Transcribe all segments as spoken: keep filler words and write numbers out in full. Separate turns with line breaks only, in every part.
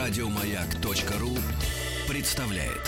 Радиомаяк.ру представляет.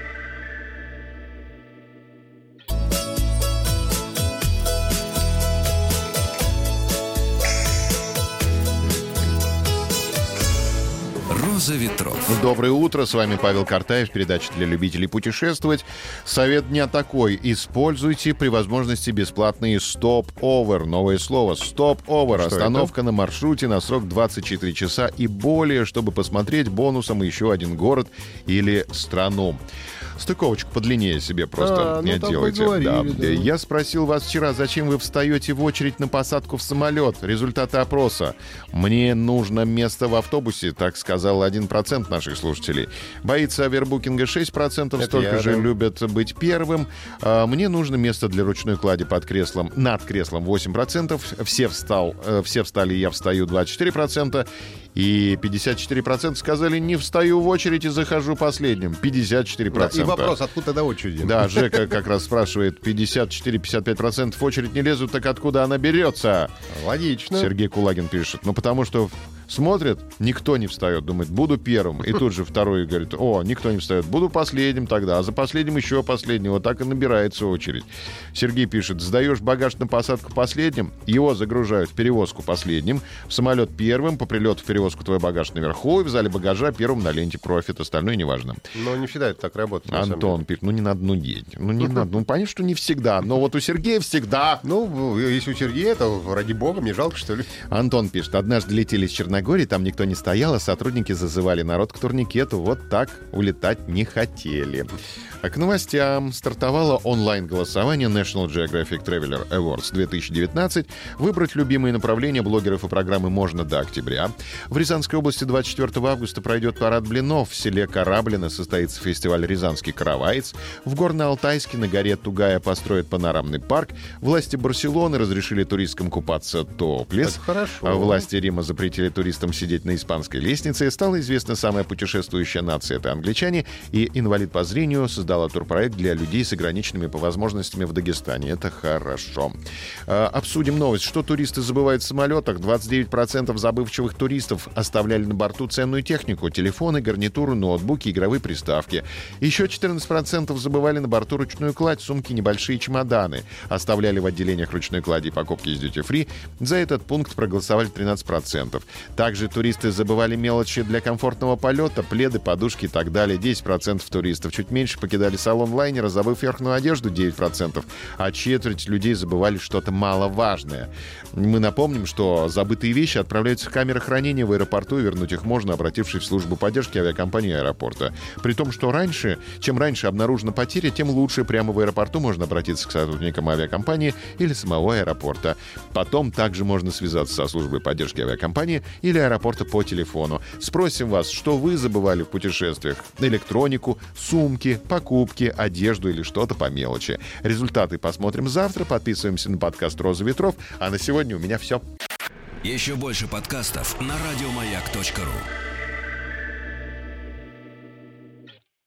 «Роза ветров».
Доброе утро, с вами Павел Картаев, передача для любителей путешествовать. Совет дня такой: используйте при возможности бесплатные стоп-овер. Новое слово стоп-овер. Остановка это? На маршруте на срок двадцать четыре часа и более, чтобы посмотреть бонусом еще один город или страну. Стыковочку подлиннее себе просто
а,
не
ну,
делайте.
Говорили,
да.
Да.
Я спросил вас вчера, зачем вы встаете в очередь на посадку в самолет. Результаты опроса: мне нужно место в автобусе, так сказал один процент наших слушателей. Боится овербукинга шесть процентов,
Это
столько
я,
же
да.
любят быть первым. А, мне нужно место для ручной клади под креслом, над креслом восемь процентов. Все, встал, все встали, я встаю двадцать четыре процента. И пятьдесят четыре процента сказали: не встаю в очередь и захожу последним. пятьдесят четыре процента.
Да, и вопрос, откуда тогда очередь?
Да, Жека как раз спрашивает: пятьдесят четыре - пятьдесят пять процентов в очередь не лезут, так откуда она берется?
Логично.
Сергей Кулагин пишет: ну потому что смотрит, никто не встает, думает, буду первым. И тут же второй говорит: о, никто не встает, буду последним тогда, а за последним еще последним. Вот так и набирается очередь. Сергей пишет: сдаешь багаж на посадку последним, его загружают в перевозку последним, в самолет первым, по прилету в перевозку твой багаж наверху, и в зале багажа первым на ленте профит, остальное неважно.
Но не всегда это так работает.
Антон пишет: ну не надо нудеть. Ну не надо. Ну понятно, что не всегда, но вот у Сергея всегда.
Ну, если у Сергея, то ради бога, мне жалко, что ли.
Антон пишет: однажды летели из Черногории, там никто не стоял, а сотрудники зазывали народ к турникету. Вот так улетать не хотели. А к новостям. Стартовало онлайн-голосование National Geographic Traveler Awards две тысячи девятнадцать. Выбрать любимые направления блогеров и программы можно до октября. В Рязанской области двадцать четвёртого августа пройдет парад блинов. В селе Кораблино состоится фестиваль «Рязанский караваец». В Горно-Алтайске на горе Тугая построят панорамный парк. Власти Барселоны разрешили туристам купаться топлес.
Это хорошо.
А власти Рима запретили туристам сидеть на испанской лестнице. Стала известна самая путешествующая нация — это англичане. И инвалид по зрению создала турпроект для людей с ограниченными по возможностями в Дагестане. Это хорошо. А, обсудим новость. Что туристы забывают в самолетах? двадцать девять процентов забывчивых туристов оставляли на борту ценную технику: телефоны, гарнитуру, ноутбуки, игровые приставки. Еще четырнадцать процентов забывали на борту ручную кладь, сумки, небольшие чемоданы. Оставляли в отделениях ручной клади и покупки из дьюти-фри. За этот пункт проголосовали тринадцать процентов. Также туристы забывали мелочи для комфортного полета: пледы, подушки и так далее. десять процентов туристов. Чуть меньше покидали салон лайнера, забыв верхнюю одежду, девять процентов. А четверть людей забывали что-то маловажное. Мы напомним, что забытые вещи отправляются в камеры хранения в аэропорту, и вернуть их можно, обратившись в службу поддержки авиакомпании аэропорта. При том, что раньше, чем раньше обнаружена потеря, тем лучше. Прямо в аэропорту можно обратиться к сотрудникам авиакомпании или самого аэропорта. Потом также можно связаться со службой поддержки авиакомпании или аэропорта по телефону. Спросим вас, что вы забывали в путешествиях: электронику, сумки, покупки, одежду или что-то по мелочи. Результаты посмотрим завтра. Подписываемся на подкаст «Роза ветров». А на сегодня у меня все.
Еще больше подкастов на радиомаяк точка ру.